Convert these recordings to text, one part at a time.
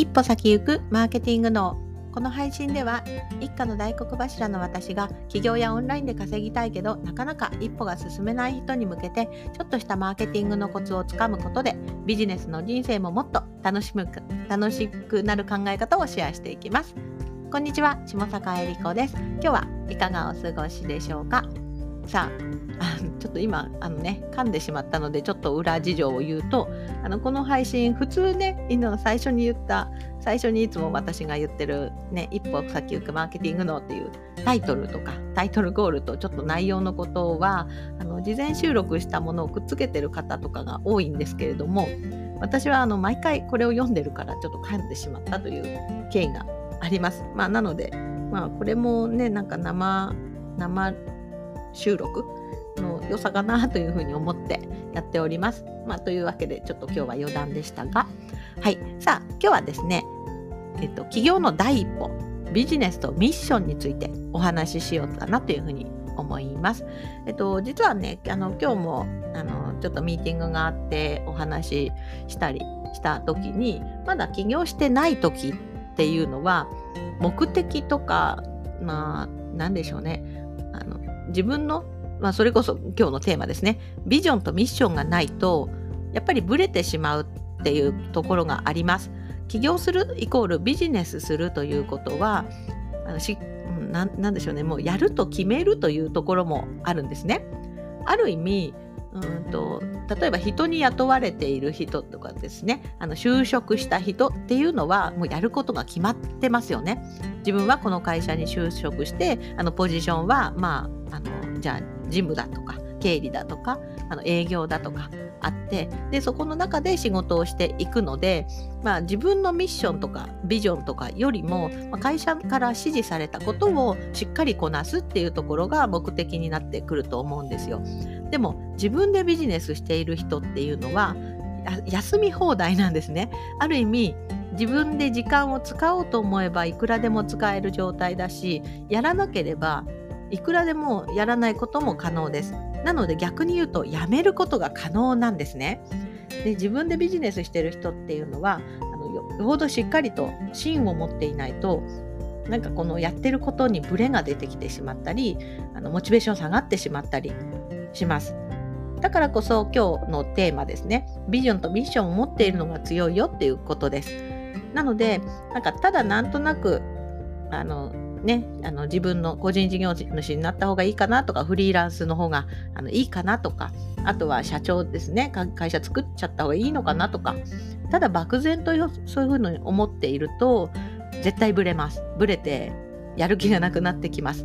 一歩先行くマーケティング脳。この配信では一家の大黒柱の私が起業やオンラインで稼ぎたいけどなかなか一歩が進めない人に向けてちょっとしたマーケティングのコツをつかむことでビジネスの人生ももっと楽しくなる考え方をシェアしていきます。こんにちは、下坂恵理子です。今日はいかがお過ごしでしょうか。さあ、ちょっと今噛んでしまったのでちょっと裏事情を言うと、この配信普通ね、最初にいつも私が言ってるね、一歩先行くマーケティングのっていうタイトルとかタイトルゴールとちょっと内容のことは事前収録したものをくっつけてる方とかが多いんですけれども、私は毎回これを読んでるからちょっと噛んでしまったという経緯があります。なのでこれもね、生収録の良さかなというふうに思ってやっております。というわけでちょっと今日は余談でしたが、はい、さあ今日はですね、起業の第一歩、ビジネスとミッションについてお話ししようかなというふうに思います。実はね、今日もちょっとミーティングがあってお話ししたりした時に、まだ起業してない時っていうのは目的とかなんでしょうね、自分の、それこそ今日のテーマですね、ビジョンとミッションがないとやっぱりブレてしまうっていうところがあります。起業するイコールビジネスするということはなんでしょうね、もうやると決めるというところもあるんですね。ある意味例えば人に雇われている人とかですね、就職した人っていうのはもうやることが決まってますよね。自分はこの会社に就職してポジションはじゃあ事務だとか経理だとか営業だとかあって、でそこの中で仕事をしていくので、自分のミッションとかビジョンとかよりも、会社から指示されたことをしっかりこなすっていうところが目的になってくると思うんですよ。でも自分でビジネスしている人っていうのは休み放題なんですね。ある意味自分で時間を使おうと思えばいくらでも使える状態だし、やらなければいくらでもやらないことも可能です。なので逆に言うとやめることが可能なんですね。で自分でビジネスしている人っていうのはよほどしっかりと芯を持っていないと、このやってることにブレが出てきてしまったりモチベーション下がってしまったりします。だからこそ今日のテーマですね、ビジョンとミッションを持っているのが強いよっていうことです。なのでただなんとなく自分の個人事業主になった方がいいかなとか、フリーランスの方がいいかなとか、あとは社長ですね、会社作っちゃった方がいいのかなとか、ただ漠然とそういうふうに思っていると絶対ブレます。ブレてやる気がなくなってきます。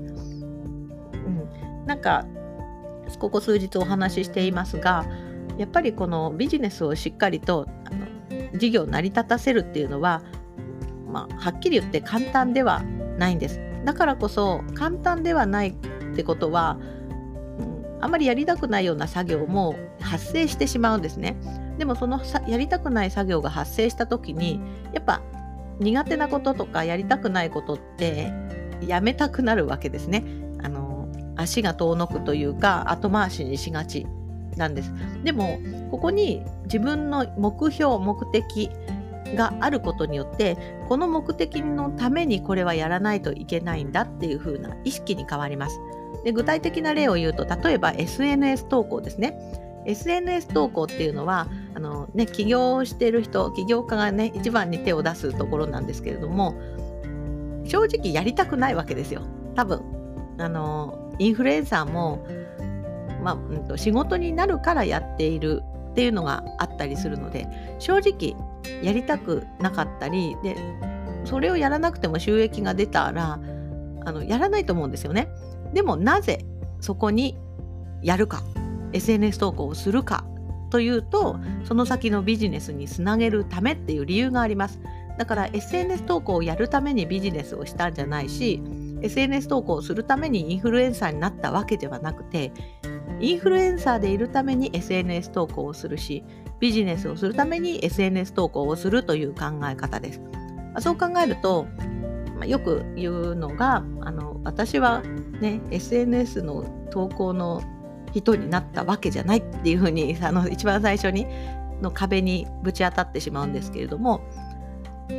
ここ数日お話ししていますが、やっぱりこのビジネスをしっかりと事業を成り立たせるっていうのは、はっきり言って簡単ではないんです。だからこそ簡単ではないってことは、あまりやりたくないような作業も発生してしまうんですね。でもそのやりたくない作業が発生した時に、やっぱ苦手なこととかやりたくないことってやめたくなるわけですね。足が遠のくというか後回しにしがちなんです。でもここに自分の目標目的があることによって、この目的のためにこれはやらないといけないんだっていう風な意識に変わります。で具体的な例を言うと、例えば SNS 投稿ですね。 SNS 投稿っていうのは起業している人、起業家がね一番に手を出すところなんですけれども、正直やりたくないわけですよ。多分インフルエンサーも、仕事になるからやっているっていうのがあったりするので、正直やりたくなかったりで、それをやらなくても収益が出たらやらないと思うんですよね。でもなぜそこにやるか、 SNS 投稿をするかというと、その先のビジネスにつなげるためっていう理由があります。だから SNS 投稿をやるためにビジネスをしたんじゃないし、 SNS 投稿をするためにインフルエンサーになったわけではなくて、インフルエンサーでいるために SNS 投稿をするし、ビジネスをするために SNS 投稿をするという考え方です。そう考えると、よく言うのが私はね SNS の投稿の人になったわけじゃないっていうふうに一番最初にの壁にぶち当たってしまうんですけれども、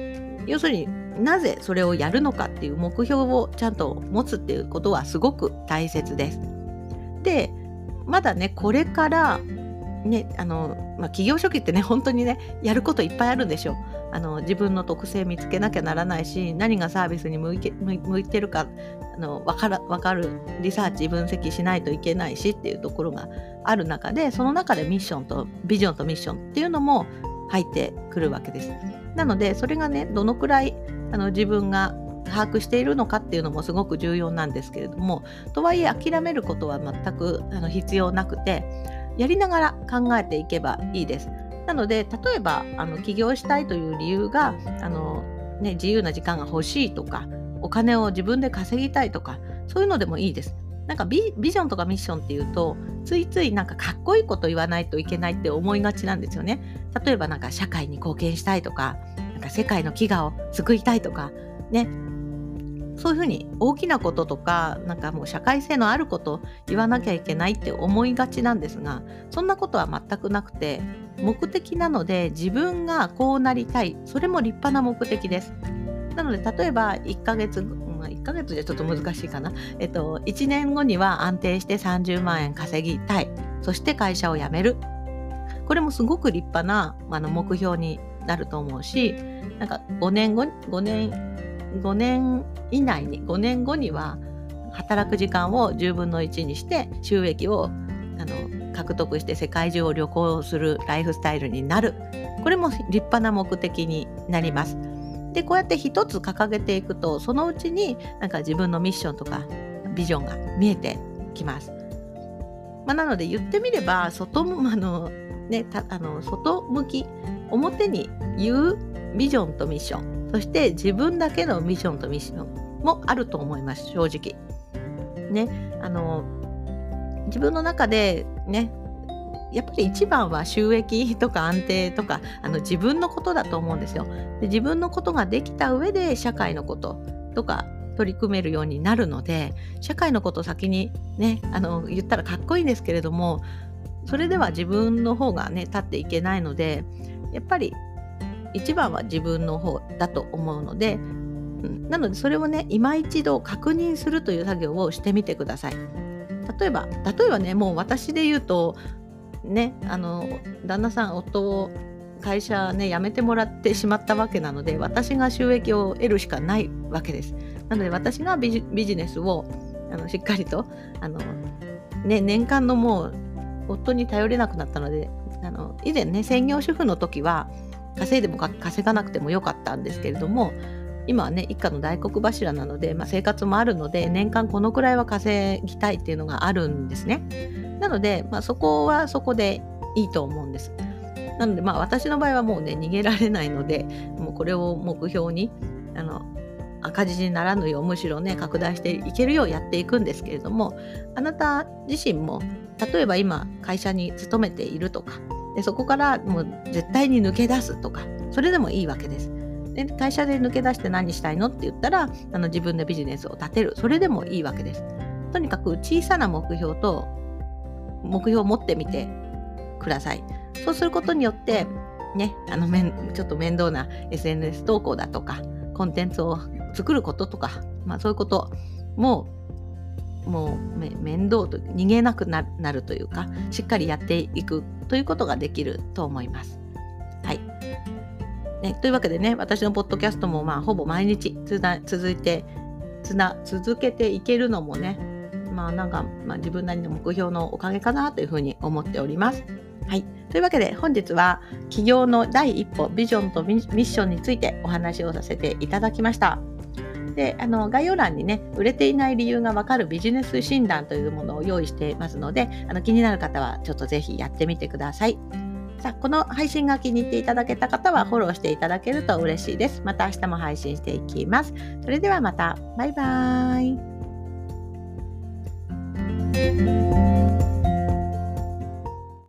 要するになぜそれをやるのかっていう目標をちゃんと持つっていうことはすごく大切です。で、まだねこれからね、起業初期ってね本当にねやることいっぱいあるんでしょう。自分の特性見つけなきゃならないし、何がサービスに向いてるか分かるリサーチ分析しないといけないしっていうところがある中で、その中でミッションとビジョンとミッションっていうのも入ってくるわけです。なのでそれがねどのくらい自分が把握しているのかっていうのもすごく重要なんですけれども、とはいえ諦めることは全く必要なくて、やりながら考えていけばいいです。なので例えば起業したいという理由が自由な時間が欲しいとか、お金を自分で稼ぎたいとか、そういうのでもいいです。なんかビジョンとかミッションっていうとついついなんかかっこいいこと言わないといけないって思いがちなんですよね。例えばなんか社会に貢献したいとか、なんか世界の飢餓を救いたいとかね、そういうふうに大きなこととか、なんかもう社会性のあることを言わなきゃいけないって思いがちなんですが、そんなことは全くなくて、目的なので自分がこうなりたい、それも立派な目的です。なので例えば1ヶ月じゃちょっと難しいかな、1年後には安定して30万円稼ぎたい、そして会社を辞める、これもすごく立派な目標になると思うし、なんか5年以内に5年後には働く時間を10分の1にして収益を獲得して世界中を旅行するライフスタイルになる、これも立派な目的になります。でこうやって一つ掲げていくと、そのうちになんか自分のミッションとかビジョンが見えてきます。なので言ってみれば外向き表に言うビジョンとミッション、そして自分だけのビジョンとミッションもあると思います。正直ね、自分の中でね、やっぱり一番は収益とか安定とか自分のことだと思うんですよ。で自分のことができた上で社会のこととか取り組めるようになるので、社会のことを先にね言ったらかっこいいんですけれども、それでは自分の方がね立っていけないので、やっぱり一番は自分の方だと思うので、なのでそれをね今一度確認するという作業をしてみてください。例えばね、もう私で言うとね、旦那さん夫を会社ね辞めてもらってしまったわけなので、私が収益を得るしかないわけです。なので私がビジネスをしっかりと年間のもう夫に頼れなくなったので、以前ね専業主婦の時は稼いでも稼がなくてもよかったんですけれども、今はね一家の大黒柱なので、生活もあるので年間このくらいは稼ぎたいっていうのがあるんですね。なので、そこはそこでいいと思うんです。なので私の場合はもうね逃げられないので、もうこれを目標に赤字にならぬよう、むしろね拡大していけるようやっていくんですけれども、あなた自身も例えば今会社に勤めているとかで、そこからもう絶対に抜け出すとか、それでもいいわけです。で会社で抜け出して何したいのって言ったら自分でビジネスを立てる、それでもいいわけです。とにかく小さな目標を持ってみてください。そうすることによってね、ちょっと面倒な SNS 投稿だとかコンテンツを作ることとか、そういうこともう面倒と逃げなくなるというか、しっかりやっていくということができると思います。はい。というわけでね、私のポッドキャストもほぼ毎日続けていけるのもね、自分なりの目標のおかげかなというふうに思っております。はい。というわけで本日は起業の第一歩、ビジョンとミッションについてお話をさせていただきました。で概要欄にね、売れていない理由がわかるビジネス診断というものを用意していますので、気になる方はちょっとぜひやってみてください。さあ、この配信が気に入っていただけた方はフォローしていただけると嬉しいです。また明日も配信していきます。それではまた。バイバーイ。